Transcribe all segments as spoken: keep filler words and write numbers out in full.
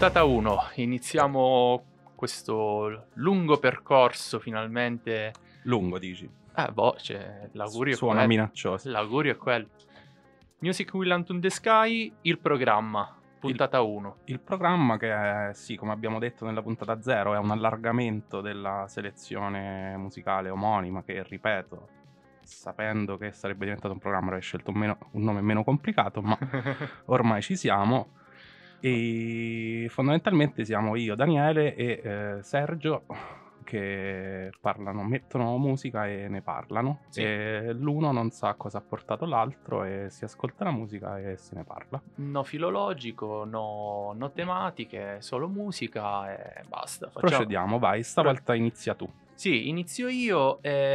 Puntata uno, iniziamo questo lungo percorso finalmente. Lungo dici? Eh boh, cioè, l'augurio Su- suona è quello. minaccioso. L'augurio è quello. Music Will Hunt in the Sky, il programma, puntata uno. Il programma che è, sì, come abbiamo detto nella puntata zero, è un allargamento della selezione musicale omonima che, ripeto, sapendo che sarebbe diventato un programma avrei scelto un, meno- un nome meno complicato, ma ormai ci siamo. E fondamentalmente siamo io, Daniele e eh, Sergio che parlano, mettono musica e ne parlano. Sì. E l'uno non sa cosa ha portato l'altro e si ascolta la musica e se ne parla. No filologico, no, no tematiche, solo musica e basta. Facciamo... Procediamo, vai, stavolta inizia tu. Sì, inizio io.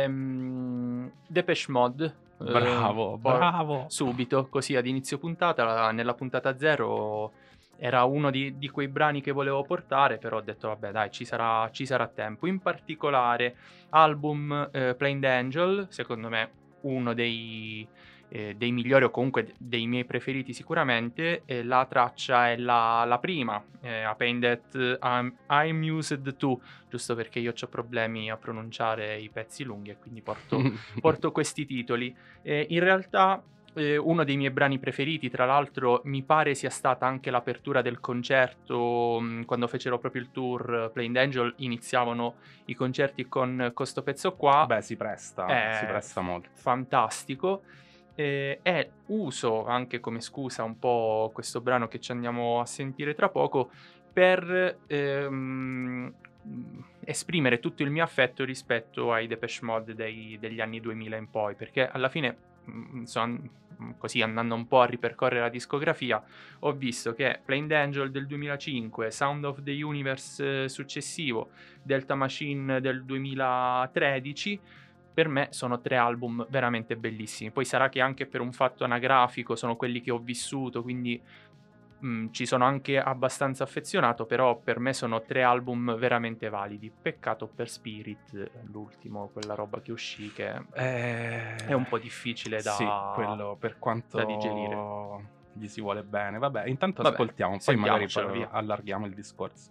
Ehm, Depeche Mode. Bravo, eh, poi bravo. Subito, così ad inizio puntata, la- nella puntata zero era uno di, di quei brani che volevo portare, però ho detto vabbè dai, ci sarà, ci sarà tempo. In particolare album eh, Plain Angel, secondo me uno dei, eh, dei migliori o comunque dei miei preferiti sicuramente. E la traccia è la, la prima, eh, A Pain That I'm, I'm Used To, giusto perché io ho problemi a pronunciare i pezzi lunghi e quindi porto, porto questi titoli. Eh, in realtà eh, uno dei miei brani preferiti, tra l'altro mi pare sia stata anche l'apertura del concerto, mh, quando fecero proprio il tour Plain Angel, iniziavano i concerti con questo pezzo qua. Beh, si presta, È si presta molto. fantastico. Eh, e uso anche come scusa un po' questo brano che ci andiamo a sentire tra poco per ehm, esprimere tutto il mio affetto rispetto ai Depeche Mode dei- degli anni duemila in poi, perché alla fine, mh, insomma, così andando un po' a ripercorrere la discografia, ho visto che Plain Angel del duemilacinque, Sound of the Universe eh, successivo, Delta Machine del duemilatredici, per me sono tre album veramente bellissimi. Poi sarà che anche per un fatto anagrafico sono quelli che ho vissuto, quindi mh, ci sono anche abbastanza affezionato, però per me sono tre album veramente validi. Peccato per Spirit, l'ultimo, quella roba che uscì, che Eh, è un po' difficile da, sì, quello per quanto da digerire. gli si vuole bene. Vabbè, intanto Vabbè, ascoltiamo, poi magari sentiamocelo, poi via. allarghiamo il discorso.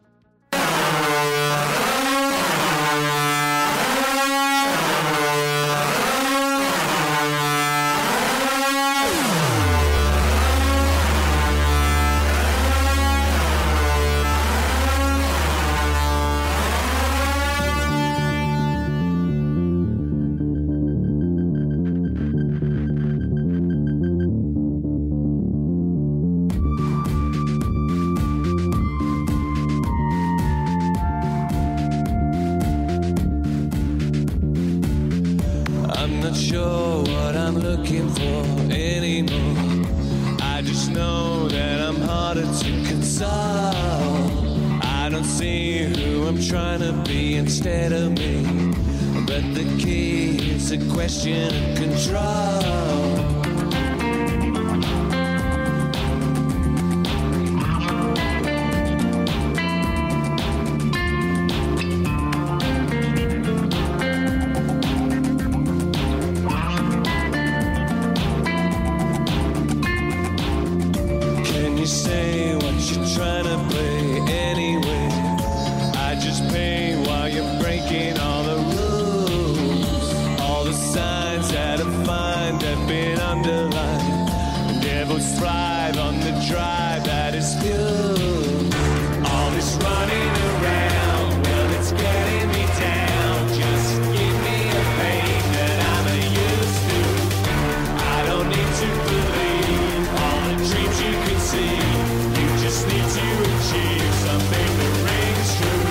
I'm not sure what I'm looking for anymore. I just know that I'm harder to console. I don't see who I'm trying to be instead of me, but the key is a question of control. Can you say what you're trying to play anyway? I just pay while you're breaking all the rules. All the signs that I find have been underlined. Devils thrive on the drive that is fuel. All this running around, well, it's getting me down. Just give me a pain that I'm used to. I don't need to believe all the dreams you can see. You just need to achieve something that rings true.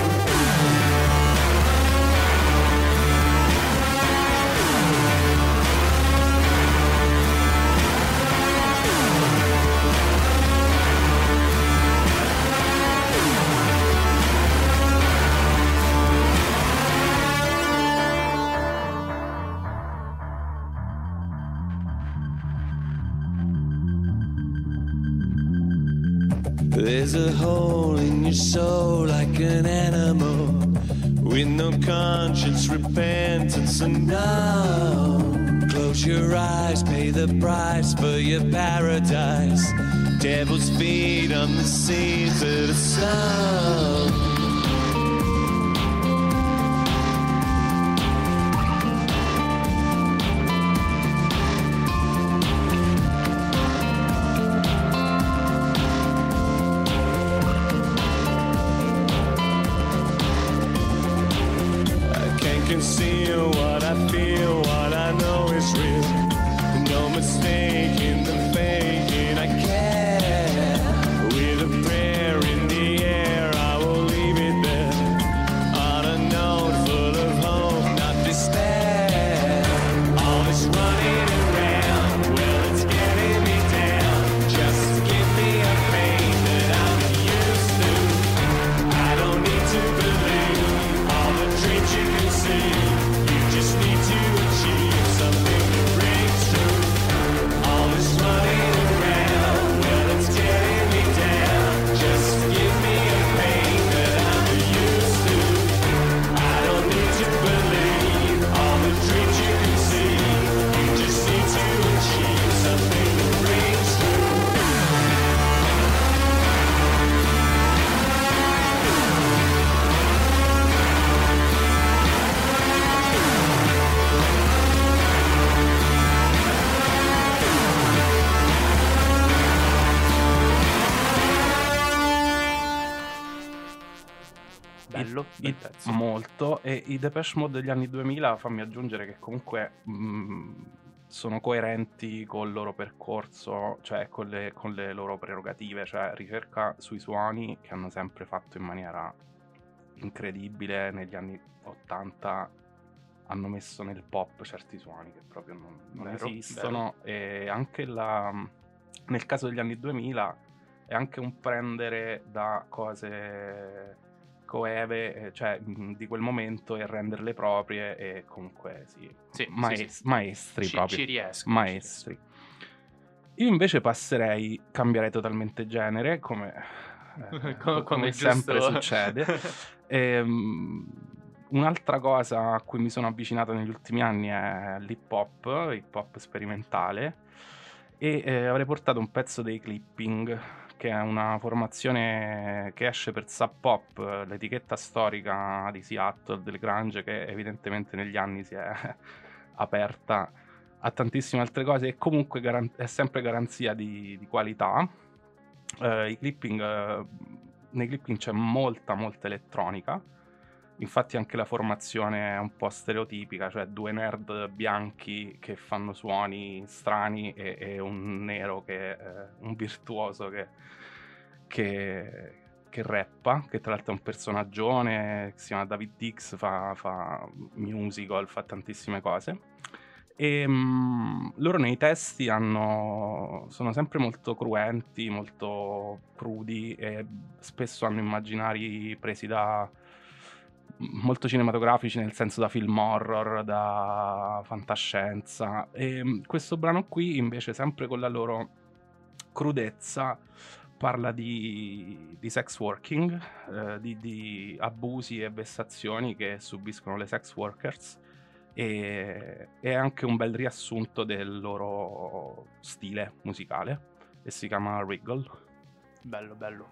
There's a hole in your soul like an animal, with no conscience, repentance, and now close your eyes, pay the price for your paradise. Devil's feet on the scenes of the sound. Conceal what I feel, what I know is real. No mistake in the faking, I care. With a prayer in the air, I will leave it there. On a note full of hope, not despair. All this running around, well, it's getting me down. Just give me a pain that I'm used to. I don't need to believe all the dreams you can see. You just need to achieve something that rings true. All this running around, well, it's getting me down. Just give me a pain that I'm used to. I don't need to believe all the dreams you can see. You just need to achieve something that rings true. Bello, I- bel i- pezzo. molto, e i Depeche Mode degli anni duemila, fammi aggiungere che comunque mh, sono coerenti col loro percorso, cioè con le, con le loro prerogative, cioè ricerca sui suoni che hanno sempre fatto in maniera incredibile. Negli anni ottanta hanno messo nel pop certi suoni che proprio non, non Vero, esistono, e anche la, nel caso degli anni duemila è anche un prendere da cose coeve, eh, cioè mh, di quel momento, e renderle proprie, e comunque sì, Sì, maes- sì, sì. maestri Ci, proprio, ci riescono. maestri. Io invece passerei, cambierei totalmente genere, come, eh, Co- come come sempre giusto. succede. Ehm, un'altra cosa a cui mi sono avvicinato negli ultimi anni è l'hip hop, hip hop sperimentale, e eh, avrei portato un pezzo dei Clipping, che è una formazione che esce per Sub Pop, l'etichetta storica di Seattle, del grunge, che evidentemente negli anni si è aperta a tantissime altre cose, e comunque garan- è sempre garanzia di, di qualità. Eh, i Clipping, eh, nei Clipping c'è molta molta elettronica, infatti anche la formazione è un po' stereotipica, cioè due nerd bianchi che fanno suoni strani, e, e un nero che è un virtuoso che, che, che rappa, che tra l'altro è un personaggione, che si chiama David Dix, fa, fa musical, fa tantissime cose. E mh, loro nei testi hanno, sono sempre molto cruenti, molto crudi, e spesso hanno immaginari presi da molto cinematografici, nel senso da film horror, da fantascienza. E mh, questo brano qui invece, sempre con la loro crudezza, parla di, di sex working, eh, di, di abusi e vessazioni che subiscono le sex workers, e è anche un bel riassunto del loro stile musicale, e si chiama Wriggle. Bello, bello.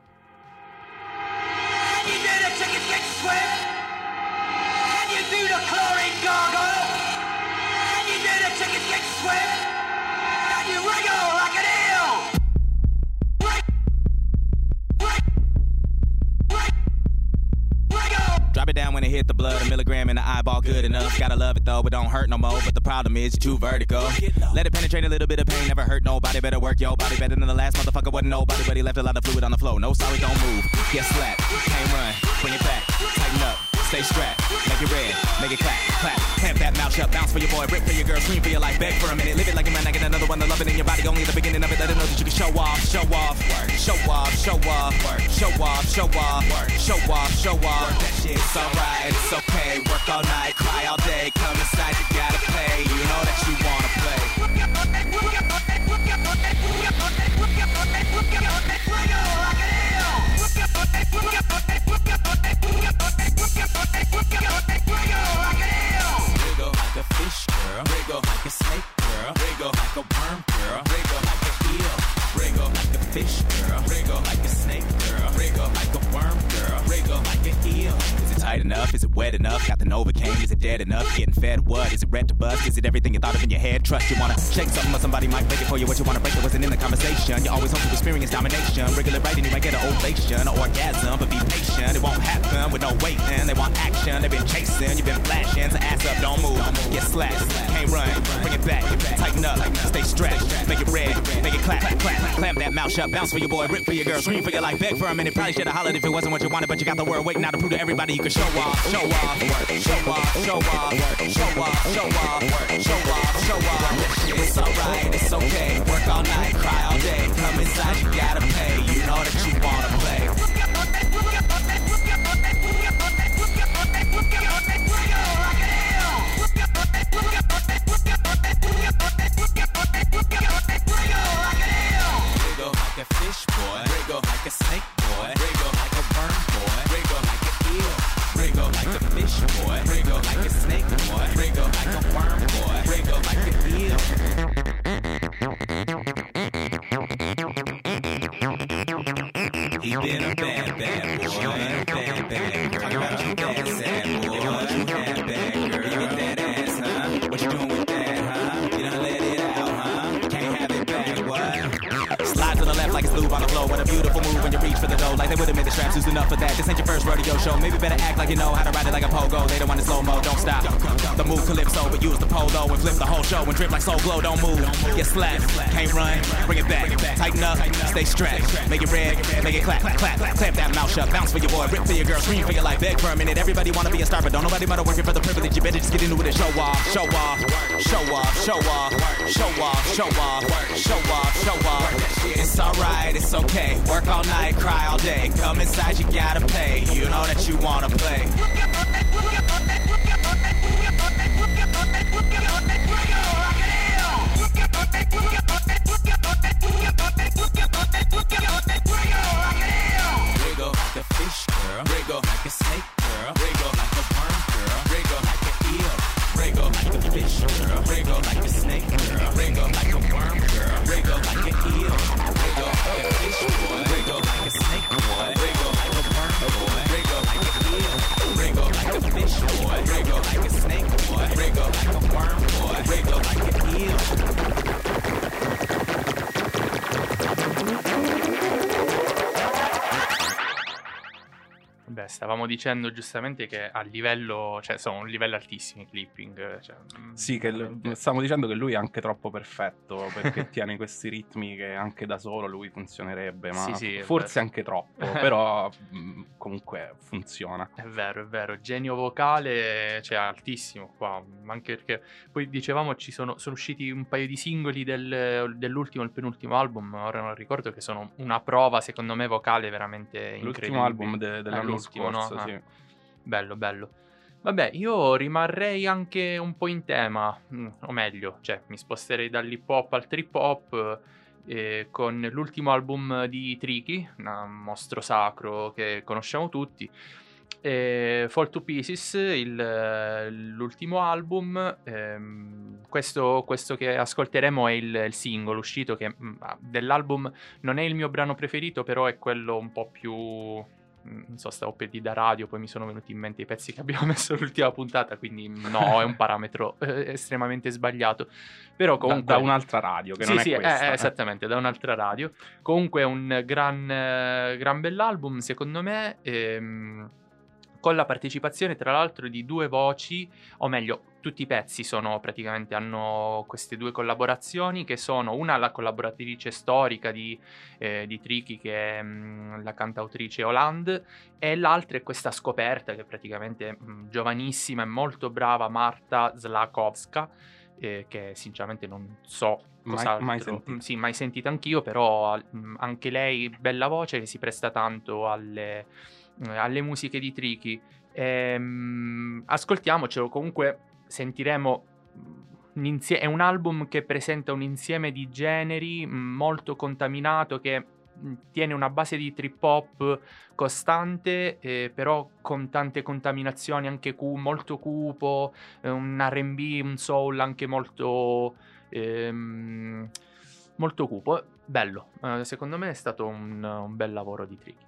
You do the chicken kick sweat, and you do the chlorine gargle, and you do the chicken kick sweat, and you wriggle like an eel. Wrig- wrig- wrig- wriggle. Drop it down when it hit the blood, a milligram in the eyeball, good enough. Gotta love it though, it don't hurt no more. But the problem is you're too vertical. Let it penetrate, a little bit of pain, never hurt nobody. Better work your body better than the last motherfucker wasn't nobody, but he left a lot of fluid on the floor. No, sorry, don't move. Get slapped, can't run, bring it back, tighten up, stay strapped, make it red, make it clap, clap. Clamp that mouth shut, bounce for your boy, rip for your girl, scream for your life, beg for a minute, live it like a man, I get another one to love it in your body. Only the beginning of it, let it know that you can show off, show off, show off, show off, show off, show off, show off, show off. It's alright, it's okay, work all night, cry all day, come inside, you gotta pay, you know that you wanna play. Wriggle like a fish girl, wriggle like a snake girl, wriggle like a worm girl, wriggle like a eel, wriggle like a fish, girl. Wriggle like a snake, girl. Wriggle like a worm, girl. Wriggle like an eel. Is it tight enough? Is it wet enough? Got the Novocaine? Is it dead enough? Getting fed what? Is it red to bust? Is it everything you thought of in your head? Trust you wanna shake something or somebody might break it for you. What you wanna break that wasn't in the conversation. You always hope to experience domination. Wriggle it right and you might get an ovation or orgasm. But be patient, it won't happen with no waiting. They want action, they've been chasing. You've been flashing, so ass up, don't move. Get slack, can't run, bring it back. Tighten up, stay stretched. Make it red, make it clap, clap, clap. Clamp that mouth shut, bounce for your boy, rip for your girl, scream for your life, beg for a minute. Probably should've hollered if it wasn't what you wanted, but you got the word waiting now to prove to everybody you can show off, show off, show off, show off, show off, show off, show off, show off. It's alright, it's okay. Work all night, cry all day. Come inside, you gotta pay. You know that you wanna play. Wriggle like a fish boy, wriggle like a snake boy, wriggle like a worm boy, wriggle like an eel. Wriggle like a fish boy, wriggle like a snake boy, wriggle like a worm boy, wriggle like an eel. He been a bad, bad boy, bad, bad girl. Talk about you bad, sad boy, bad, bad girl. You with that ass, huh? What you doing with that, huh? You done let it out, huh? Can't have it back, what? Slide to the left like it's lube on the floor. What a beautiful move when you reach for the dough. Like they would've made the straps loose enough for that. This ain't your first rodeo show. Maybe better act like you know how to ride it like a pogo. They don't want it slow-mo, don't stop. The move calypso, but use the polo and flip the whole show and drip like Soul Glow. Don't move, get slapped, can't run, bring it back. Tighten up, stay strapped, make it red, make it clap, clap, clap, clamp that mouth shut, bounce for your boy, rip for your girl, scream for your life, beg for a minute. Everybody wanna be a star, but don't nobody matter working for the privilege. You better just get into it and show off, show off, show off, show off, show off, show off, show off, show off. It's alright, it's okay. Work all night, cry all day. Come inside, you gotta pay. You know that you wanna play. Wriggle like a fish girl, wriggle like a snake girl, wriggle like a worm girl, wriggle like an eel. Wriggle like a fish girl, wriggle like a snake girl, wriggle like a worm girl, wriggle like an eel. Wriggle like a fish boy, wriggle like a snake boy, wriggle like a worm boy, wriggle like an eel. Wriggle like a fish boy, wriggle like a snake boy, wriggle like a worm boy, wriggle like an eel. Beh, stavamo dicendo giustamente che a livello, cioè sono un livello altissimo i clipping. Cioè, sì, che l- stiamo dicendo che lui è anche troppo perfetto perché tiene questi ritmi che anche da solo lui funzionerebbe, ma sì, sì, forse anche troppo, però mh, comunque funziona. È vero, è vero, genio vocale, cioè altissimo qua, anche perché poi dicevamo ci sono, sono usciti un paio di singoli del, dell'ultimo e il penultimo album, ora non ricordo, che sono una prova secondo me vocale veramente incredibile. L'ultimo album de- dell'anno eh, scorso, no? sì. Ah, bello, bello. Vabbè, io rimarrei anche un po' in tema, mm, o meglio, cioè mi sposterei dall'hip hop al trip hop eh, con l'ultimo album di Tricky, un mostro sacro che conosciamo tutti. E Fall to Pieces, il, l'ultimo album, ehm, questo, questo che ascolteremo è il, il singolo uscito che mh, dell'album non è il mio brano preferito, però è quello un po' più, non so, stavo per dire da radio, poi mi sono venuti in mente i pezzi che abbiamo messo l'ultima puntata, quindi no, è un parametro eh, estremamente sbagliato, però comunque da, da un'altra radio che sì, non sì, è questa, eh, eh. esattamente, da un'altra radio. Comunque è un gran, eh, gran bell'album secondo me, ehm, con la partecipazione tra l'altro di due voci, o meglio tutti i pezzi sono praticamente, hanno queste due collaborazioni che sono una la collaboratrice storica di, eh, di Tricky, che è mh, la cantautrice Hollande, e l'altra è questa scoperta che praticamente mh, giovanissima e molto brava, Marta Zlakowska, eh, che sinceramente non so cos'altro, mai, mai sentito. sì, mai sentita anch'io, però mh, anche lei bella voce che si presta tanto alle, alle musiche di Tricky. Ehm, ascoltiamocelo, comunque sentiremo un insie- è un album che presenta un insieme di generi mh, molto contaminato, che mh, tiene una base di trip hop costante, eh, però con tante contaminazioni, anche cu- molto cupo, eh, un R and B, un soul anche molto ehm, molto cupo. bello, eh, secondo me è stato un, un bel lavoro di Tricky.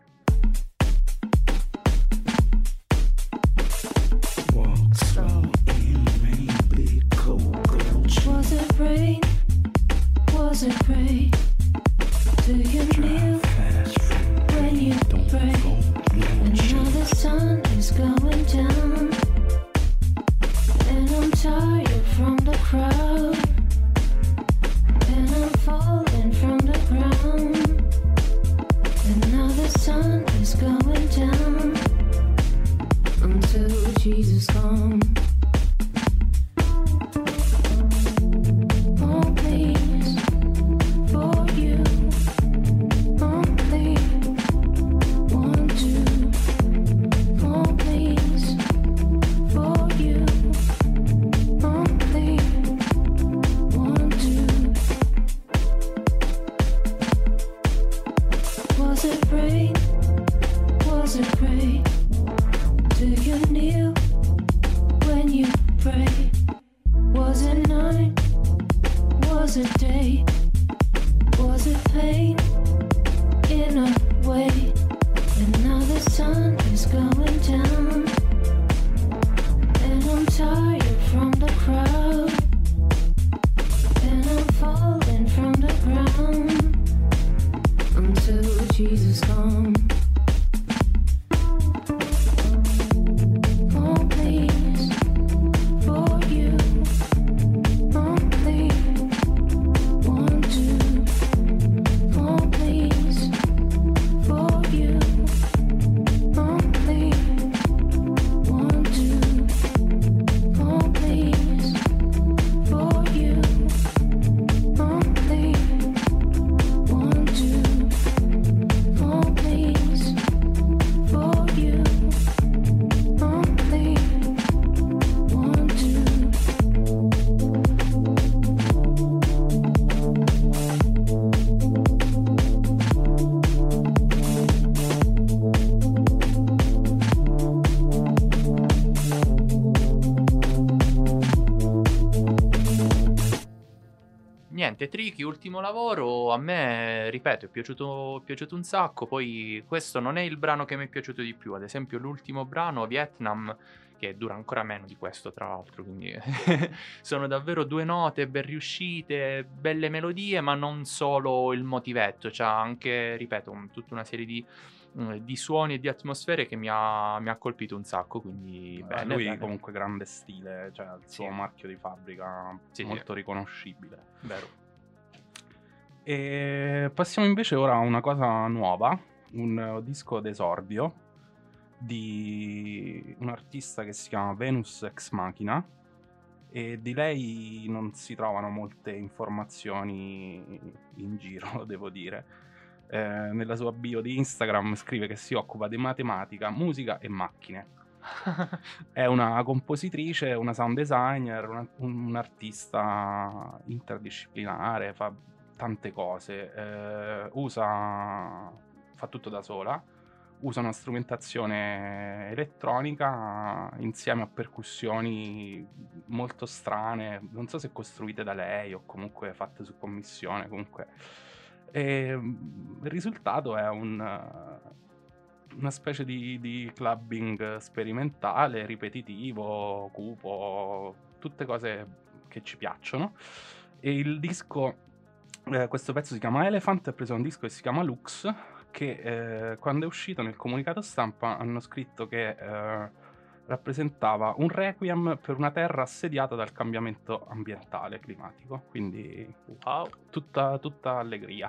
Was it rain? Was it rain? Do you kneel when you pray? And now the sun is going down, and I'm tired from the crowd, and I'm falling from the ground, and now the sun is going down until Jesus comes. Niente, Tricky, ultimo lavoro, a me, ripeto, è piaciuto, è piaciuto un sacco. Poi questo non è il brano che mi è piaciuto di più, ad esempio l'ultimo brano, Vietnam, che dura ancora meno di questo tra l'altro, quindi sono davvero due note ben riuscite, belle melodie, ma non solo il motivetto, c'ha anche, ripeto, un, tutta una serie di, di suoni e di atmosfere che mi ha, mi ha colpito un sacco, quindi eh, bene, lui bene. Comunque grande stile, cioè il suo Sì. marchio di fabbrica Sì, molto sì. riconoscibile. Vero. E passiamo invece ora a una cosa nuova, un disco d'esordio di un artista che si chiama Venus Ex Machina, e di lei non si trovano molte informazioni in giro, devo dire. Eh, nella sua bio di Instagram scrive che si occupa di matematica, musica e macchine. È una compositrice, una sound designer, una, un, un artista interdisciplinare, fa tante cose, eh, usa, fa tutto da sola, usa una strumentazione elettronica insieme a percussioni molto strane, non so se costruite da lei o comunque fatte su commissione, comunque. E il risultato è un, una specie di, di clubbing sperimentale, ripetitivo, cupo, tutte cose che ci piacciono. E il disco, eh, questo pezzo si chiama Elephant, ha preso un disco che si chiama Lux, che eh, quando è uscito nel comunicato stampa hanno scritto che eh, rappresentava un requiem per una terra assediata dal cambiamento ambientale climatico, quindi Wow. tutta, tutta allegria.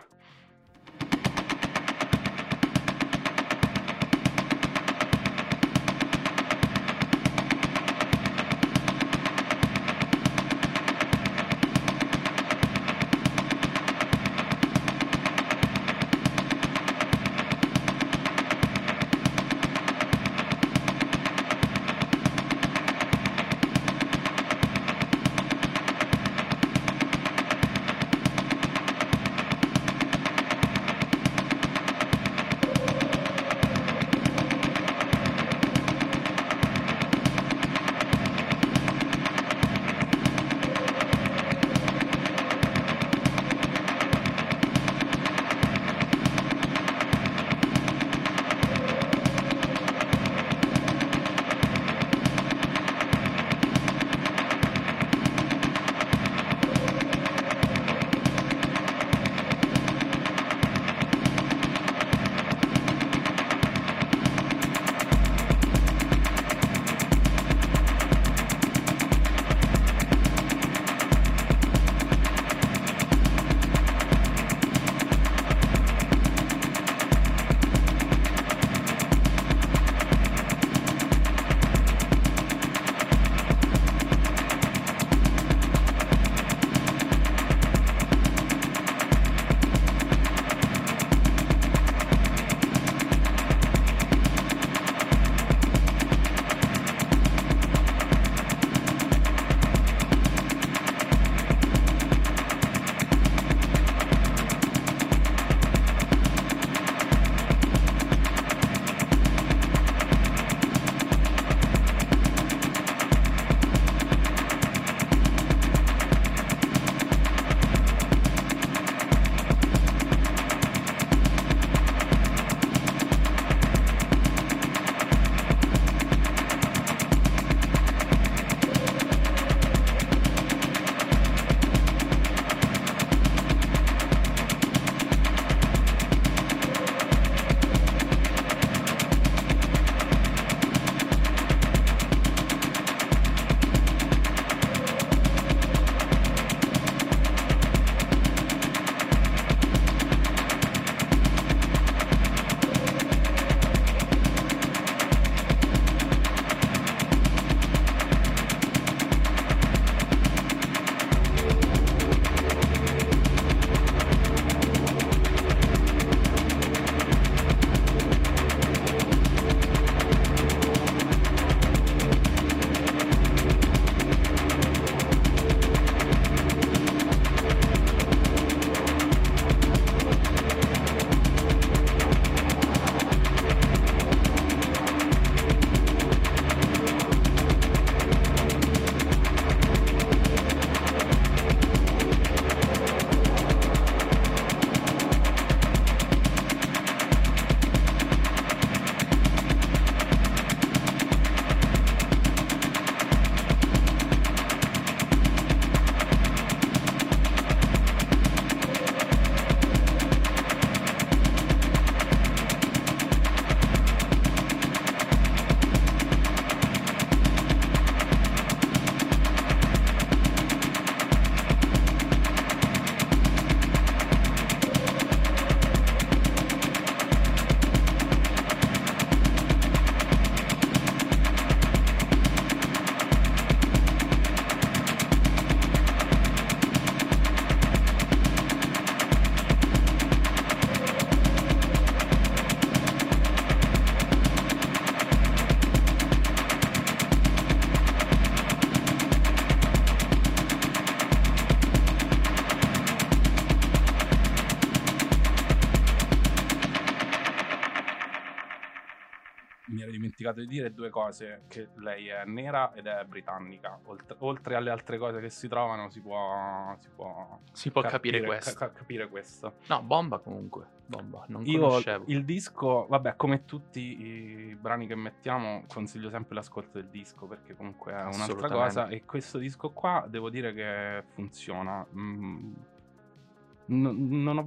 mi ero dimenticato di dire due cose: che lei è nera ed è britannica. Oltre, oltre alle altre cose che si trovano, si può si può, Si può capire questo. ca- capire questo. No, bomba comunque. Bomba, non Io conoscevo. il disco, vabbè, come tutti i brani che mettiamo, consiglio sempre l'ascolto del disco, perché comunque è un'altra Assolutamente. cosa. E questo disco qua devo dire che funziona. Mm, no- non ho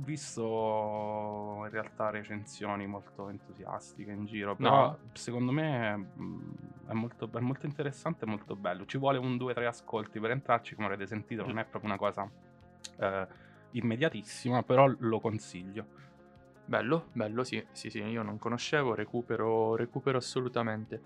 visto in realtà recensioni molto entusiastiche in giro, però No? secondo me mm, è molto, è molto interessante e molto bello. Ci vuole un due tre ascolti per entrarci, come avrete sentito, non è proprio una cosa eh, immediatissima, però lo consiglio. Bello, bello, sì, sì, sì, io non conoscevo, recupero, recupero assolutamente.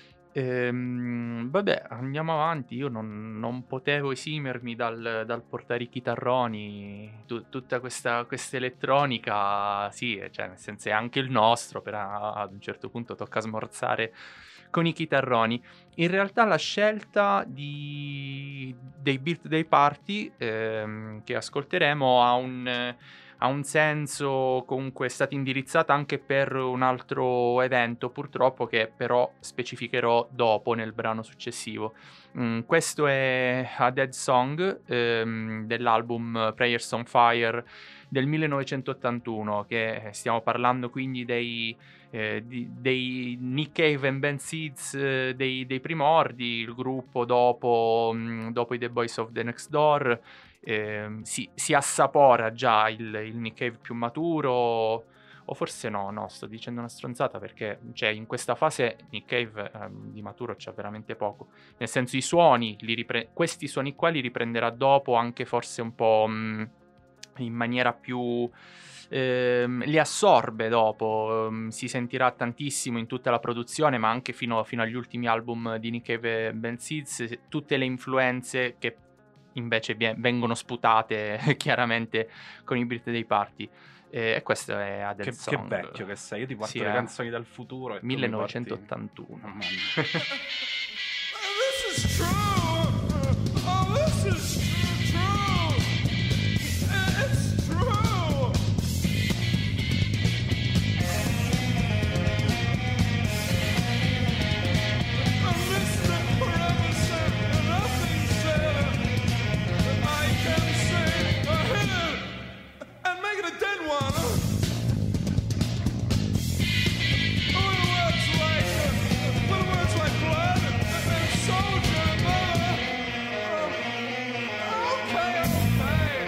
Ehm, vabbè, andiamo avanti, io non, non potevo esimermi dal, dal portare i chitarroni, tu- tutta questa, questa elettronica, sì, cioè nel senso è anche il nostro, però ad un certo punto tocca smorzare con i chitarroni. In realtà la scelta di, dei Birthday Party ehm, che ascolteremo ha un ha un senso, comunque è stata indirizzata anche per un altro evento, purtroppo, che però specificherò dopo nel brano successivo. Mm, questo è A Dead Song ehm, dell'album Prayers on Fire del millenovecentottantuno, che stiamo parlando quindi dei, eh, di- dei Nick Cave and Ben Seeds eh, dei, dei primordi, il gruppo dopo, mm, dopo i The Boys of the Next Door. Ehm, si, si assapora già il, il Nick Cave più maturo, o forse no, no, sto dicendo una stronzata, perché cioè, in questa fase Nick Cave ehm, di maturo c'ha veramente poco, nel senso i suoni, li ripre- questi suoni qua li riprenderà dopo, anche forse un po' mh, in maniera più... ehm, li assorbe dopo, ehm, si sentirà tantissimo in tutta la produzione, ma anche fino, fino agli ultimi album di Nick Cave e Ben Seeds, tutte le influenze che invece vie- vengono sputate chiaramente con i Birthday Party. Eh, E questo è A Dead Che, che Song. vecchio che sei, io ti porto Sì, le eh. canzoni dal futuro e tu mi porti- millenovecentottantuno. Mamma mia. This is true. Oh, this is true. It's true. Mister Forever said nothing said that I can say. I hit it and make it a dead one. Oh, the words like, well, the words like blood and soldier, mother. Okay, okay.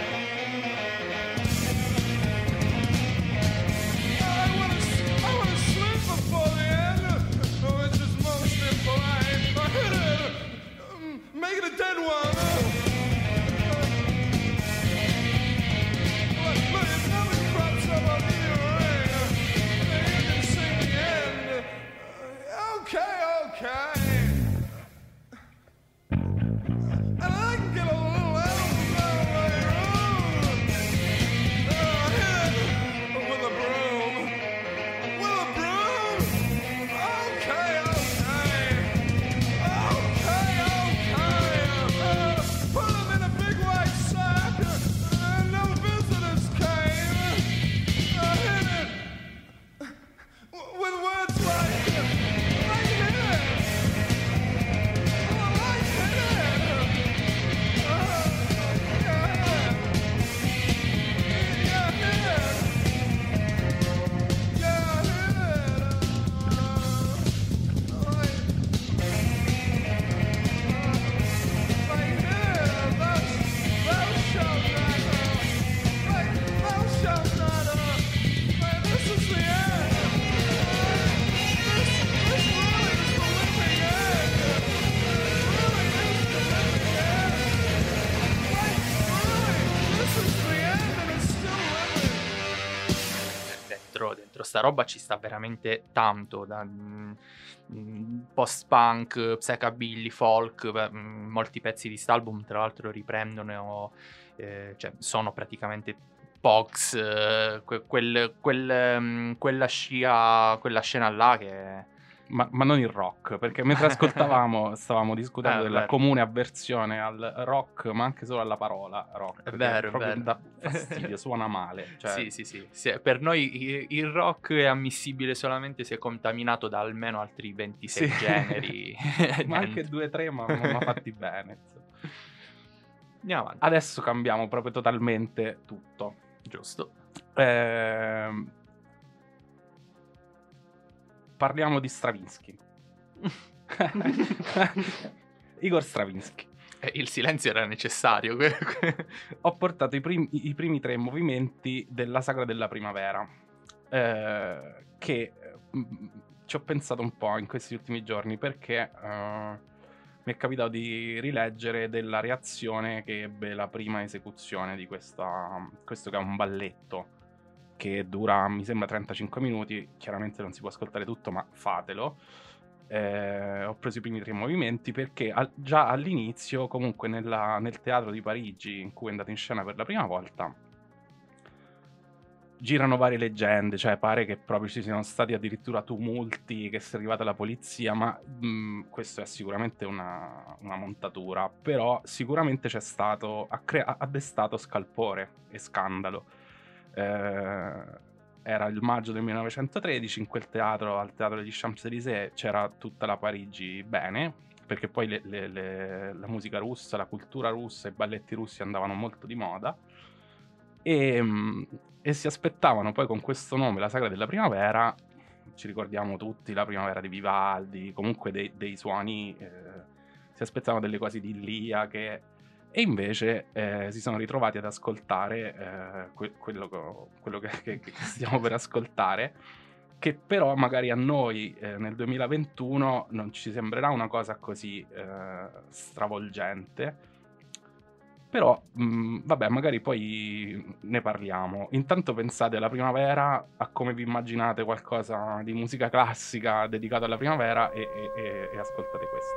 I wanna, I wanna sleep before the end, which is most impolite. I hit it, um, make it a dead one. Look, look, if nothing crops up, I'll give you a ring. And you can sing the end. Okay, okay. And I can get a little animal down later on. Oh, I hit it with a broom. With a broom. Okay, okay. Okay, okay. Uh, put him in a big white sack. Uh, no visitors came. I hit it w- with words like, I hit it. Oh, I hit it. Uh, yeah. Yeah, I hit it. Yeah, I hit it. Uh, I- Dentro, dentro sta roba ci sta veramente tanto, da mm, mm, post-punk, psychobilly, folk, beh, mm, molti pezzi di quest'album tra l'altro riprendono, eh, cioè sono praticamente Pogs, eh, que- quel- quel, mm, quella scia, quella scena là che ma, ma non il rock, perché mentre ascoltavamo stavamo discutendo Ah, della vero. comune avversione al rock, ma anche solo alla parola rock. È che vero, è proprio vero. dà fastidio, suona male. Cioè, Sì, sì, sì, sì, per noi i- il rock è ammissibile solamente se contaminato da almeno altri ventisei Sì. generi. ma anche Niente. due o tre, ma, ma fatti bene. insomma. Andiamo avanti. Adesso cambiamo proprio totalmente tutto. Giusto. Ehm, parliamo di Stravinsky. Igor Stravinsky. Eh, Il silenzio era necessario. Ho portato i primi, i primi tre movimenti della Sagra della Primavera, eh, che mm, ci ho pensato un po' in questi ultimi giorni, perché eh, mi è capitato di rileggere della reazione che ebbe la prima esecuzione di questa, questo che è un balletto che dura, mi sembra, trentacinque minuti. Chiaramente non si può ascoltare tutto, ma fatelo. Eh, ho preso i primi tre movimenti perché al- già all'inizio, comunque nella- nel teatro di Parigi in cui è andato in scena per la prima volta, girano varie leggende, cioè pare che proprio ci siano stati addirittura tumulti, che sia arrivata la polizia, ma mh, questo è sicuramente una, una montatura, però sicuramente c'è stato, ha, crea- ha destato scalpore e scandalo. Eh, era il maggio del millenovecentotredici, in quel teatro, al teatro degli Champs-Élysées, c'era tutta la Parigi bene, perché poi le- le- le- la musica russa, la cultura russa, i balletti russi andavano molto di moda, e, mm, e si aspettavano poi con questo nome, la Sagra della Primavera, ci ricordiamo tutti la primavera di Vivaldi, comunque dei, dei suoni, eh, si aspettavano delle cose idilliache, e invece eh, si sono ritrovati ad ascoltare eh, que- quello, co- quello che, che- che stiamo per ascoltare, che però magari a noi eh, nel duemilaventuno non ci sembrerà una cosa così eh, stravolgente, però mh, vabbè, magari poi ne parliamo. Intanto pensate alla primavera, a come vi immaginate qualcosa di musica classica dedicato alla primavera, e, e- e- e ascoltate questo.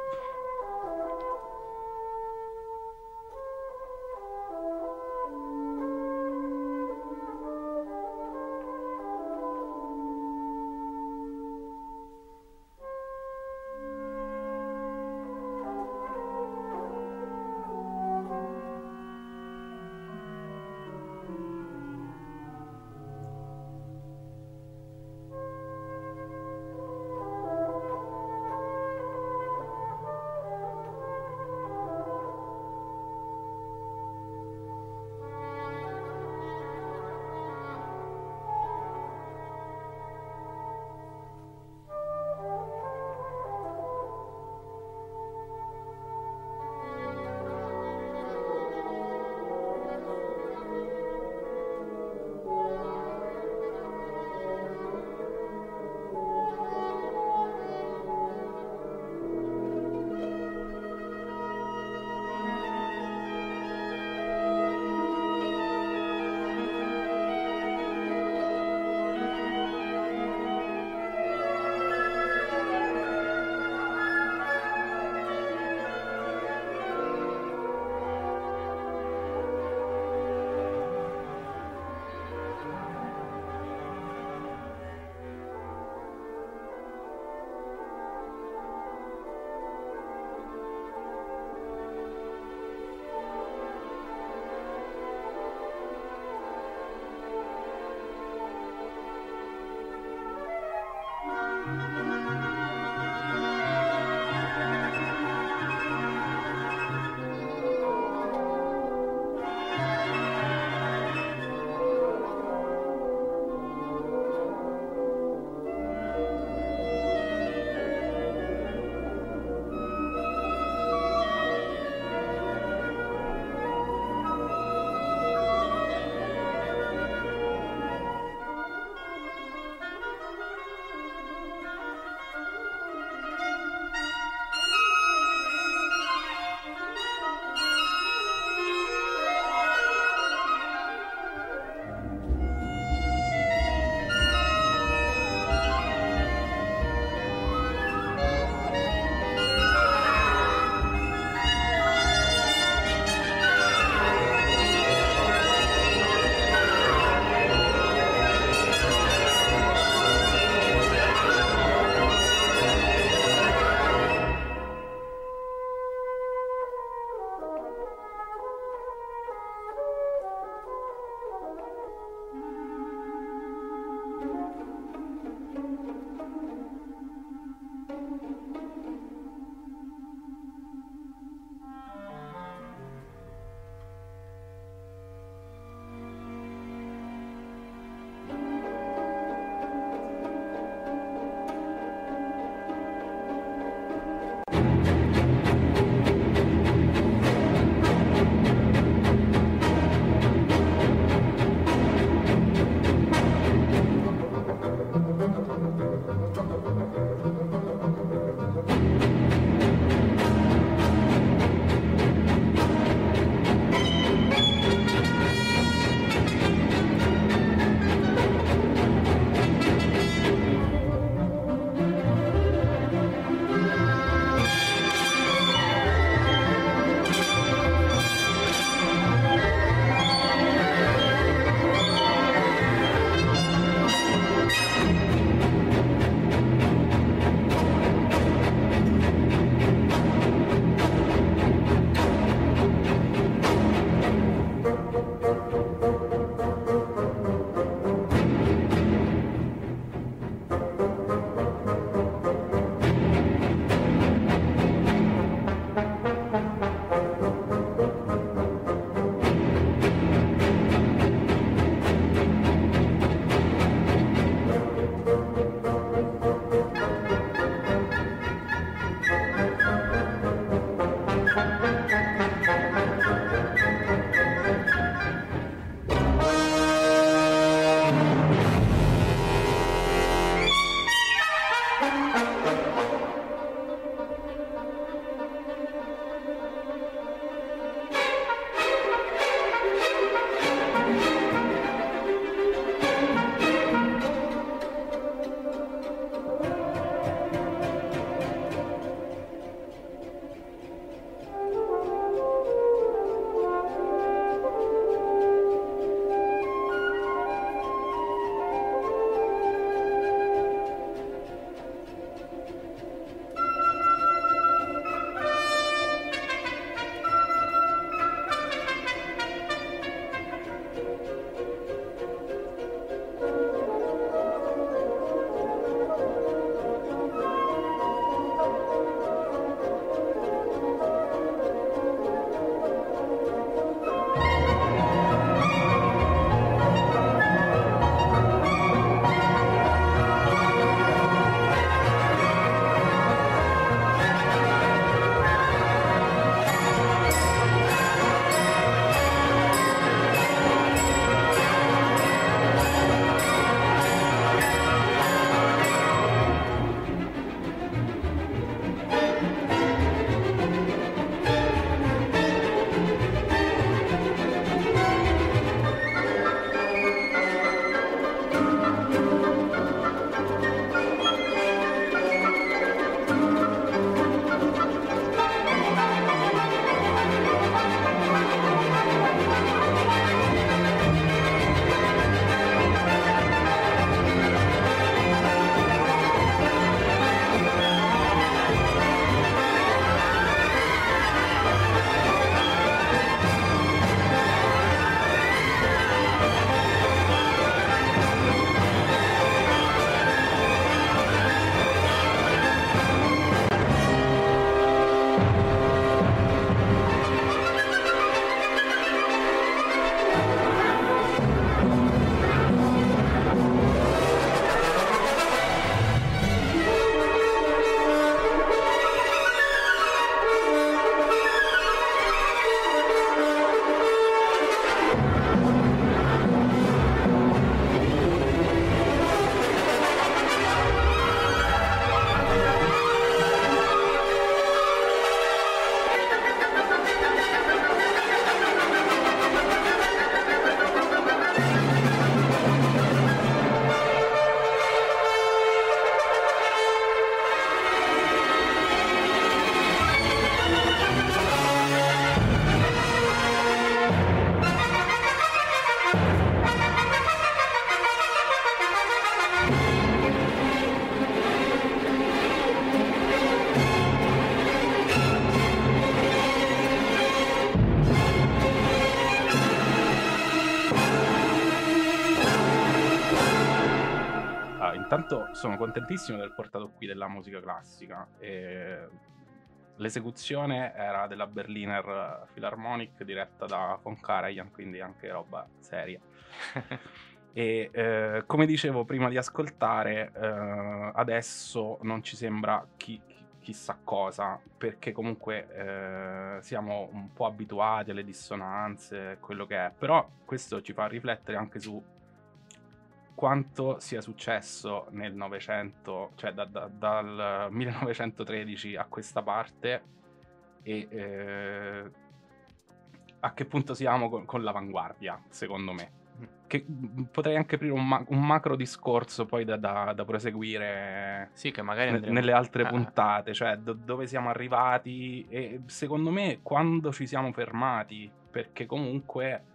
intanto sono contentissimo di aver portato qui della musica classica. E l'esecuzione era della Berliner Philharmonic diretta da von Karajan, quindi anche roba seria. E eh, come dicevo prima di ascoltare, eh, adesso non ci sembra chi, chi- chissà cosa, perché comunque eh, siamo un po' abituati alle dissonanze, quello che è, però questo ci fa riflettere anche su quanto sia successo nel Novecento, cioè da- da- dal millenovecentotredici a questa parte, e eh, a che punto siamo con, con l'avanguardia, secondo me. Che mh, potrei anche aprire un, ma- un macro discorso poi da, da- da proseguire Sì, che magari ne- andremo... nelle altre Ah, puntate, cioè do- dove siamo arrivati e secondo me quando ci siamo fermati, perché comunque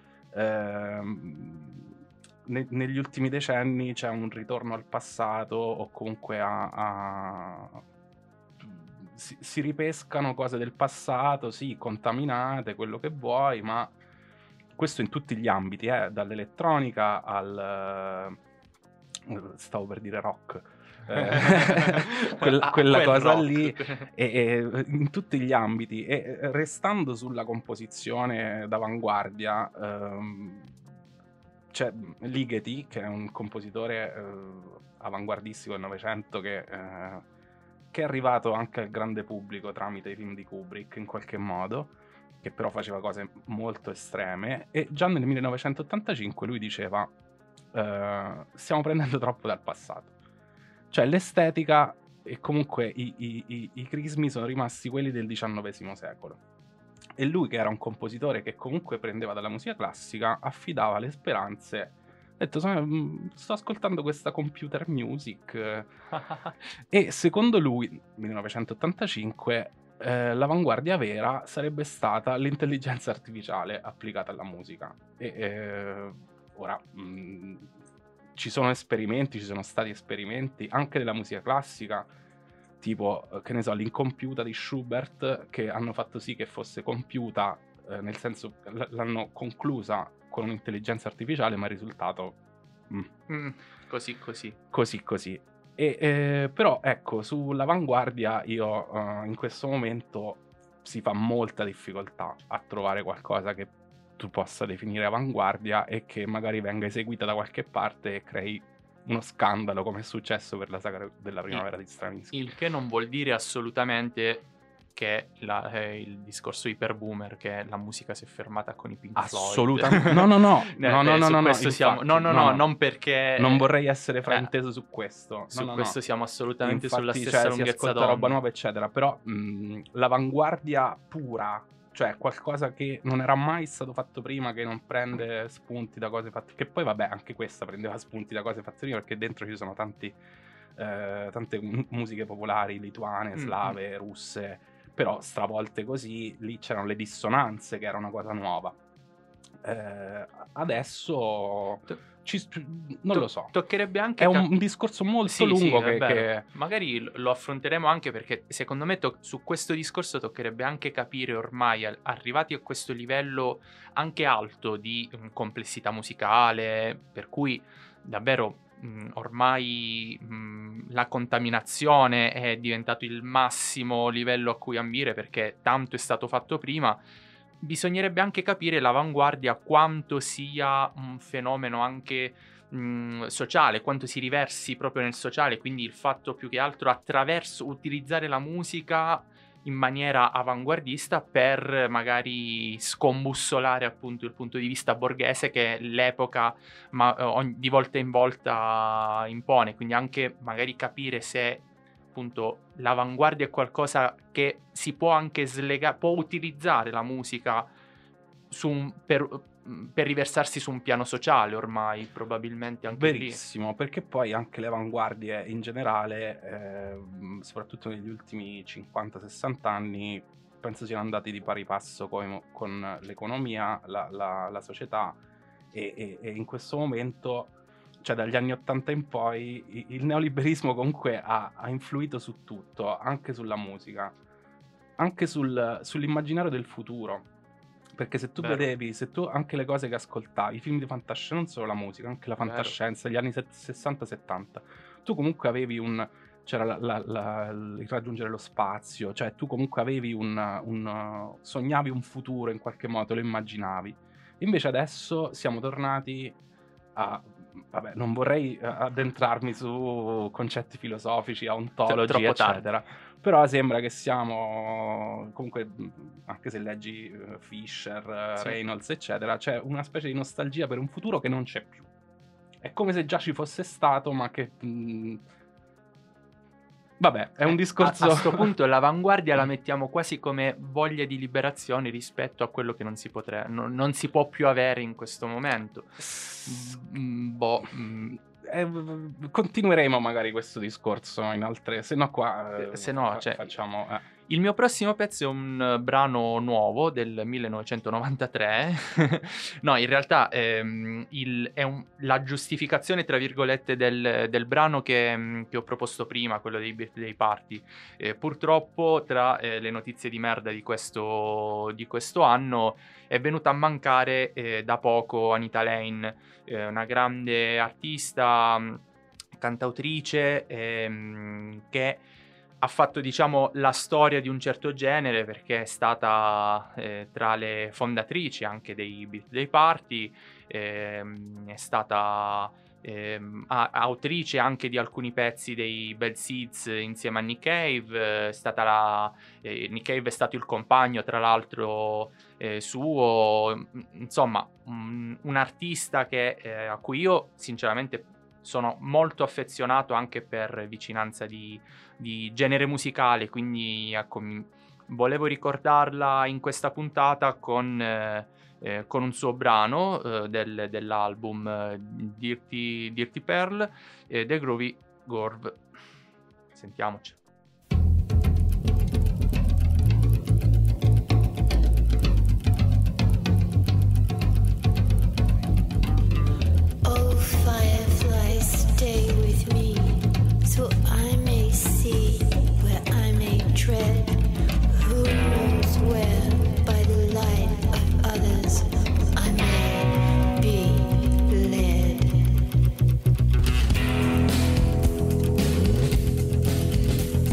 ehm, ne- negli ultimi decenni c'è un ritorno al passato o comunque a... a- si, si ripescano cose del passato, sì, contaminate, quello che vuoi, ma questo in tutti gli ambiti, eh, dall'elettronica al... eh, stavo per dire rock. Eh, quel- Ah, quella quel cosa rock. lì, e, e in tutti gli ambiti. E eh, restando sulla composizione d'avanguardia, ehm, c'è Ligeti, che è un compositore eh, avanguardistico del Novecento che, eh, che è arrivato anche al grande pubblico tramite i film di Kubrick in qualche modo, che però faceva cose molto estreme, e già nel millenovecentottantacinque lui diceva eh, stiamo prendendo troppo dal passato, cioè l'estetica e comunque i, i- i- i crismi sono rimasti quelli del diciannovesimo secolo, e lui, che era un compositore che comunque prendeva dalla musica classica, affidava le speranze, ha detto "Sai, mm, sto ascoltando questa computer music eh, e secondo lui, millenovecentottantacinque, eh, l'avanguardia vera sarebbe stata l'intelligenza artificiale applicata alla musica. E eh, ora mh, ci sono esperimenti, ci sono stati esperimenti anche nella musica classica, tipo, eh, che ne so, l'incompiuta di Schubert, che hanno fatto sì che fosse compiuta, eh, nel senso che l- l'hanno conclusa con un'intelligenza artificiale, ma il risultato mm, Mm, così, così. così così. E, eh, però ecco, sull'avanguardia io eh, in questo momento si fa molta difficoltà a trovare qualcosa che tu possa definire avanguardia e che magari venga eseguita da qualche parte e crei uno scandalo, come è successo per la saga della primavera di Stravinsky. Il che non vuol dire assolutamente che la- eh, il discorso iperboomer, che la musica si è fermata con i Pink Floyd. Assolutamente. No, no, no. Eh, No, no, eh, no, su no, no, questo siamo... infatti, No, no, no, no, no. non perché... Non vorrei essere eh, frainteso su questo. No, su no, no. questo siamo assolutamente sulla Infatti, stessa cioè, si lunghezza ascolta d'onda. roba nuova, eccetera. Però mh, l'avanguardia pura, cioè qualcosa che non era mai stato fatto prima, che non prende spunti da cose fatte. Che poi, vabbè, anche questa prendeva spunti da cose fatte prima, perché dentro ci sono tanti, eh, tante mu- musiche popolari lituane, Mm, slave, russe, però stravolte così. Lì c'erano le dissonanze, che era una cosa nuova. Eh, adesso To- ci- non to- lo so. Toccherebbe anche... È cap- un discorso molto Sì, lungo sì, è che, vero. che- Magari l- lo affronteremo anche perché secondo me to- su questo discorso toccherebbe anche capire ormai, al- arrivati a questo livello anche alto di mm, complessità musicale, per cui davvero mm, ormai mm, la contaminazione è diventato il massimo livello a cui ambire, perché tanto è stato fatto prima. Bisognerebbe anche capire l'avanguardia quanto sia un fenomeno anche mh, sociale, quanto si riversi proprio nel sociale, quindi il fatto più che altro attraverso utilizzare la musica in maniera avanguardista per magari scombussolare appunto il punto di vista borghese che l'epoca ma, ogni- di volta in volta impone, quindi anche magari capire se appunto l'avanguardia è qualcosa che si può anche slegare, può utilizzare la musica su un- per, per riversarsi su un piano sociale ormai, probabilmente anche lì. verissimo, perché poi anche le avanguardie in generale, ehm, soprattutto negli ultimi cinquanta sessanta anni, penso siano andati di pari passo con, con l'economia, la, la- la società, e, e- e in questo momento, cioè dagli anni ottanta in poi, i- il neoliberismo comunque ha, ha influito su tutto, anche sulla musica, anche sul- sull'immaginario del futuro. Perché se tu Vero. vedevi, se tu anche le cose che ascoltavi, i film di fantascienza, non solo la musica, anche la Vero. fantascienza degli anni sessanta settanta, tu comunque avevi un... c'era la, la, la, il raggiungere lo spazio, cioè tu comunque avevi un, un... sognavi un futuro in qualche modo, lo immaginavi. Invece adesso siamo tornati a... vabbè, non vorrei addentrarmi su concetti filosofici, ontologi, Troppo eccetera. tardi. Però sembra che siamo, comunque, anche se leggi uh, Fisher, uh, Sì. Reynolds, eccetera, c'è una specie di nostalgia per un futuro che non c'è più. È come se già ci fosse stato, ma che... mh, vabbè, è un discorso... A questo punto l'avanguardia la mettiamo quasi come voglia di liberazione rispetto a quello che non si potre- non, non si può più avere in questo momento. Mm, boh, mm, Eh, continueremo magari questo discorso in altre... Se no qua... Eh, se no, fa- cioè- facciamo... eh. il mio prossimo pezzo è un eh, brano nuovo del millenovecentonovantatré. No, in realtà ehm, il- è un- la giustificazione, tra virgolette, del, del brano che, mm, che ho proposto prima, quello dei birthday party. Eh, purtroppo, tra eh, le notizie di merda di questo, di questo anno, è venuta a mancare eh, da poco Anita Lane, eh, una grande artista, mh, cantautrice, ehm, che ha fatto, diciamo, la storia di un certo genere, perché è stata eh, tra le fondatrici anche dei birthday party, ehm, è stata ehm, a- autrice anche di alcuni pezzi dei Bad Seeds insieme a Nick Cave, è stata la, eh, Nick Cave è stato il compagno, tra l'altro, eh, suo, insomma, un, un artista che, eh, a cui io sinceramente sono molto affezionato anche per vicinanza di, di genere musicale, quindi ecco, mi- volevo ricordarla in questa puntata con, eh, eh, con un suo brano eh, del- dell'album eh, Dirty, Dirty Pearl, eh, The Groovy Gorv. Sentiamoci. Oh, firefly, stay with me, so I may see where I may tread. Who knows where, by the light of others, I may be led.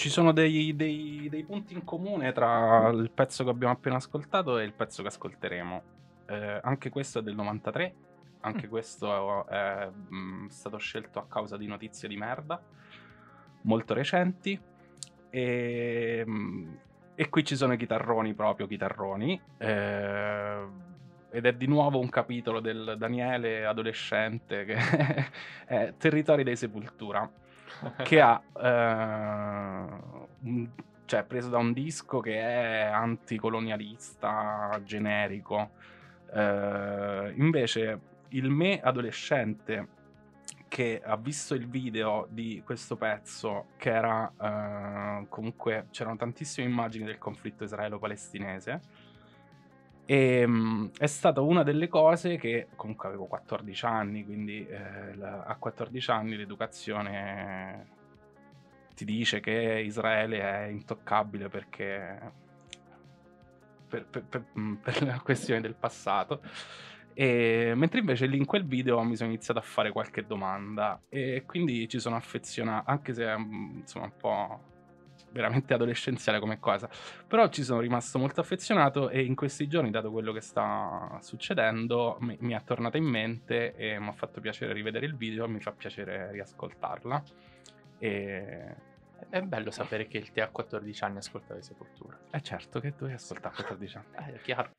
ci sono dei, dei, dei punti in comune tra il pezzo che abbiamo appena ascoltato e il pezzo che ascolteremo. Eh, anche questo è del novantatré, anche Mm. questo è mh, stato scelto a causa di notizie di merda molto recenti. E, mh, e qui ci sono i chitarroni, proprio chitarroni. Eh, ed è di nuovo un capitolo del Daniele adolescente che è Territori dei Sepultura, che ha eh, un- cioè preso da un disco che è anticolonialista generico. Eh, invece il me adolescente che ha visto il video di questo pezzo, che era eh, comunque c'erano tantissime immagini del conflitto israelo-palestinese, e mh, è stata una delle cose che comunque avevo quattordici anni, quindi eh, la- a quattordici anni l'educazione ti dice che Israele è intoccabile perché per, per- per- mh, per la questione del passato. E, mentre invece lì in quel video mi sono iniziato a fare qualche domanda e quindi ci sono affezionato, anche se è mh, insomma un po' veramente adolescenziale come cosa, però ci sono rimasto molto affezionato e in questi giorni, dato quello che sta succedendo, mi, mi è tornata in mente e mi ha fatto piacere rivedere il video e mi fa piacere riascoltarla. E È bello sapere che il te a quattordici anni ascoltava Sepoltura. è certo che tu hai ascoltato a quattordici anni. Eh, è chiaro.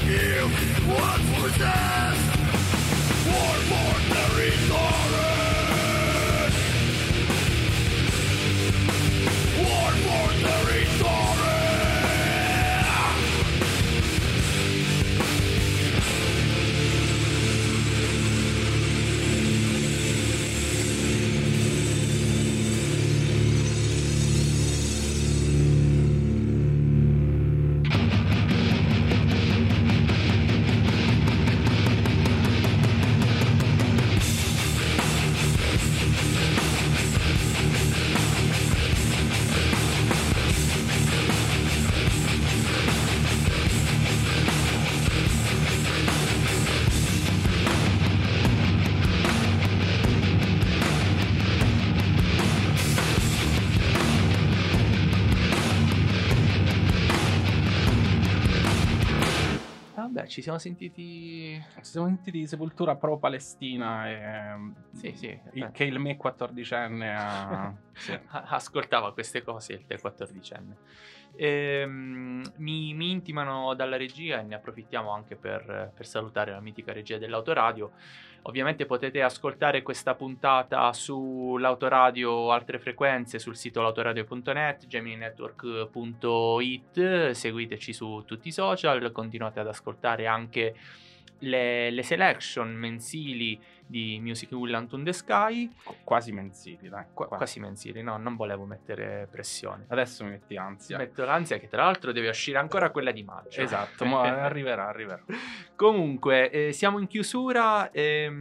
Ci siamo sentiti... Ci siamo sentiti Sepoltura pro-Palestina e... Sì, sì. il, eh. che il me quattordicenne ha... sì. ascoltava queste cose, il te quattordicenne. Ehm, mi, mi intimano dalla regia e ne approfittiamo anche per, per salutare la mitica regia dell'autoradio. Ovviamente potete ascoltare questa puntata sull'autoradio o altre frequenze sul sito l'autoradio punto net, gemini network punto it, seguiteci su tutti i social, continuate ad ascoltare anche le, le selection mensili di Music Will Unto the Sky, quasi mensili, dai. Qu- quasi mensili, no, non volevo mettere pressione. Adesso mi metti ansia. Metto l'ansia che tra l'altro deve uscire ancora quella di maggio. Esatto, ma arriverà, arriverà. Comunque, eh, siamo in chiusura.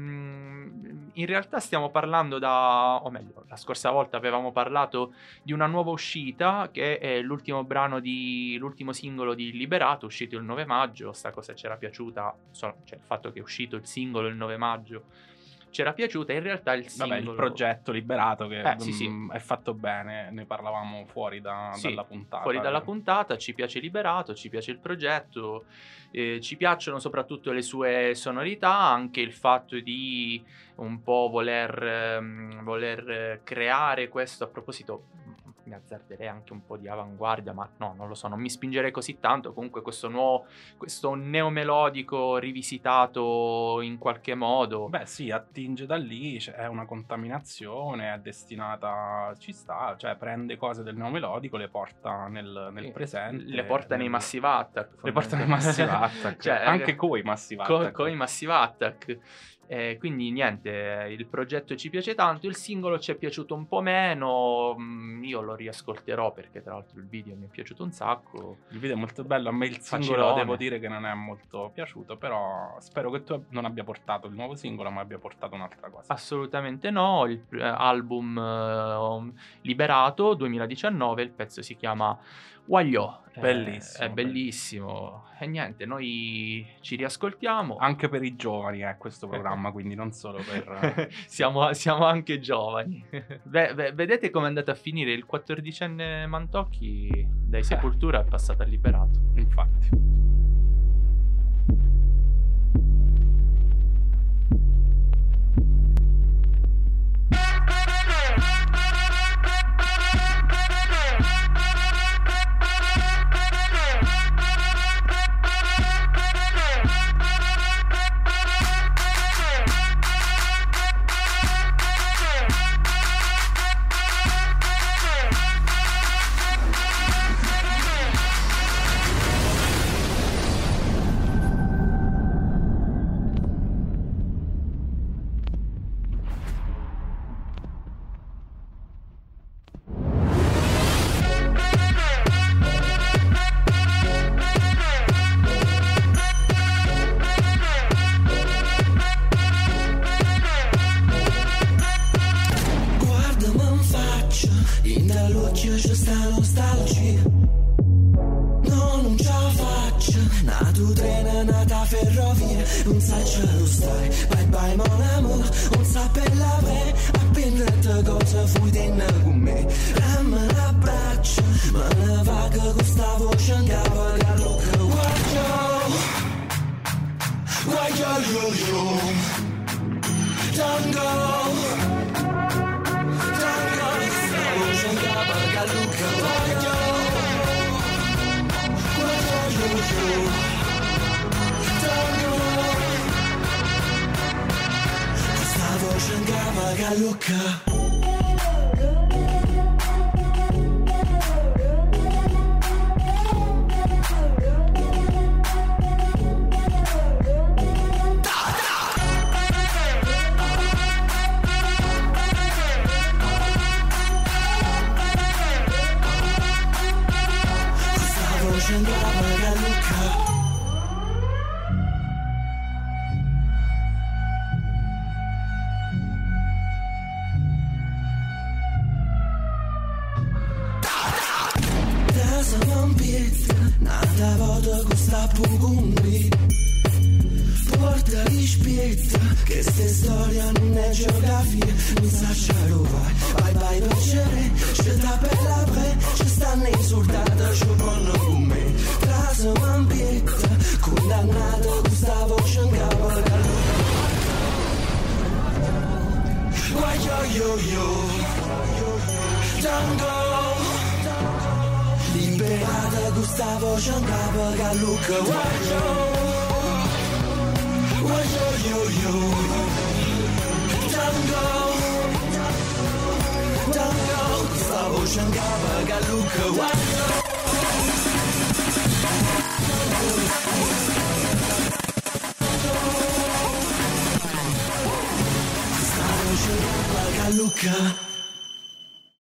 Ehm, in realtà stiamo parlando da, o meglio, la scorsa volta avevamo parlato di una nuova uscita che è l'ultimo brano di, l'ultimo singolo di Liberato, uscito il nove maggio. Sta cosa c'era piaciuta, cioè il fatto che è uscito il singolo il nove maggio c'era piaciuta. In realtà il singolo, vabbè, il progetto Liberato che eh, sì, sì. mh, è fatto bene, ne parlavamo fuori da, sì, dalla puntata. Fuori dalla puntata, ci piace Liberato, ci piace il progetto, eh, ci piacciono soprattutto le sue sonorità, anche il fatto di un po' voler, ehm, voler creare questo. A proposito, mi azzarderei anche un po' di avanguardia, ma no, non lo so, non mi spingerei così tanto. Comunque questo nuovo, questo neomelodico rivisitato in qualche modo. Beh sì, attinge da lì, c'è una contaminazione, è destinata, ci sta, cioè prende cose del neomelodico, le porta nel, nel Sì, presente. le porta nel... nei Massive Attack. Le porta nei Massive Attack, cioè, anche coi Massive Attack. Con i Massive Attack. Eh, quindi niente, il progetto ci piace tanto, il singolo ci è piaciuto un po' meno, mm, io lo riascolterò perché tra l'altro il video mi è piaciuto un sacco. Il video è molto bello, a me il singolo Facilone. devo dire che non è molto piaciuto, però spero che tu non abbia portato il nuovo singolo ma abbia portato un'altra cosa. Assolutamente no, il eh, album eh, Liberato duemiladiciannove, il pezzo si chiama Wagliò. Bellissimo, È bellissimo. E niente, noi ci riascoltiamo. Anche per i giovani è questo programma, quindi non solo per... siamo, siamo anche giovani. Beh, beh, vedete come è andato a finire il quattordicenne Mantocchi dai Sepoltura è passato a Liberato. Infatti. Non sai ce lo stai, bye bye mon amor, non sa per la me, appena te cosa fui tenere con me, ramma l'abbraccio, ma ne va che questa voce andava a gallo, guaglio, guaglio yo yo, tango, tango, questa voce andava a gallo, guaglio, guaglio yo yo. Gallucca. Che ste storia non è geografia, mi sa ciarova, vai vai per cere, scelta per la pre, ci stanno insultata, ci vanno con me, trasa mampietta, condannato Gustavo Ciancava, why yo yo yo, tango, liberata Gustavo Ciancava, Gallucca, why yo. Why yo yo yo Tango Tango Gustavo Ciancava, Gallucca, why yo Gustavo Ciancava, Gallucca.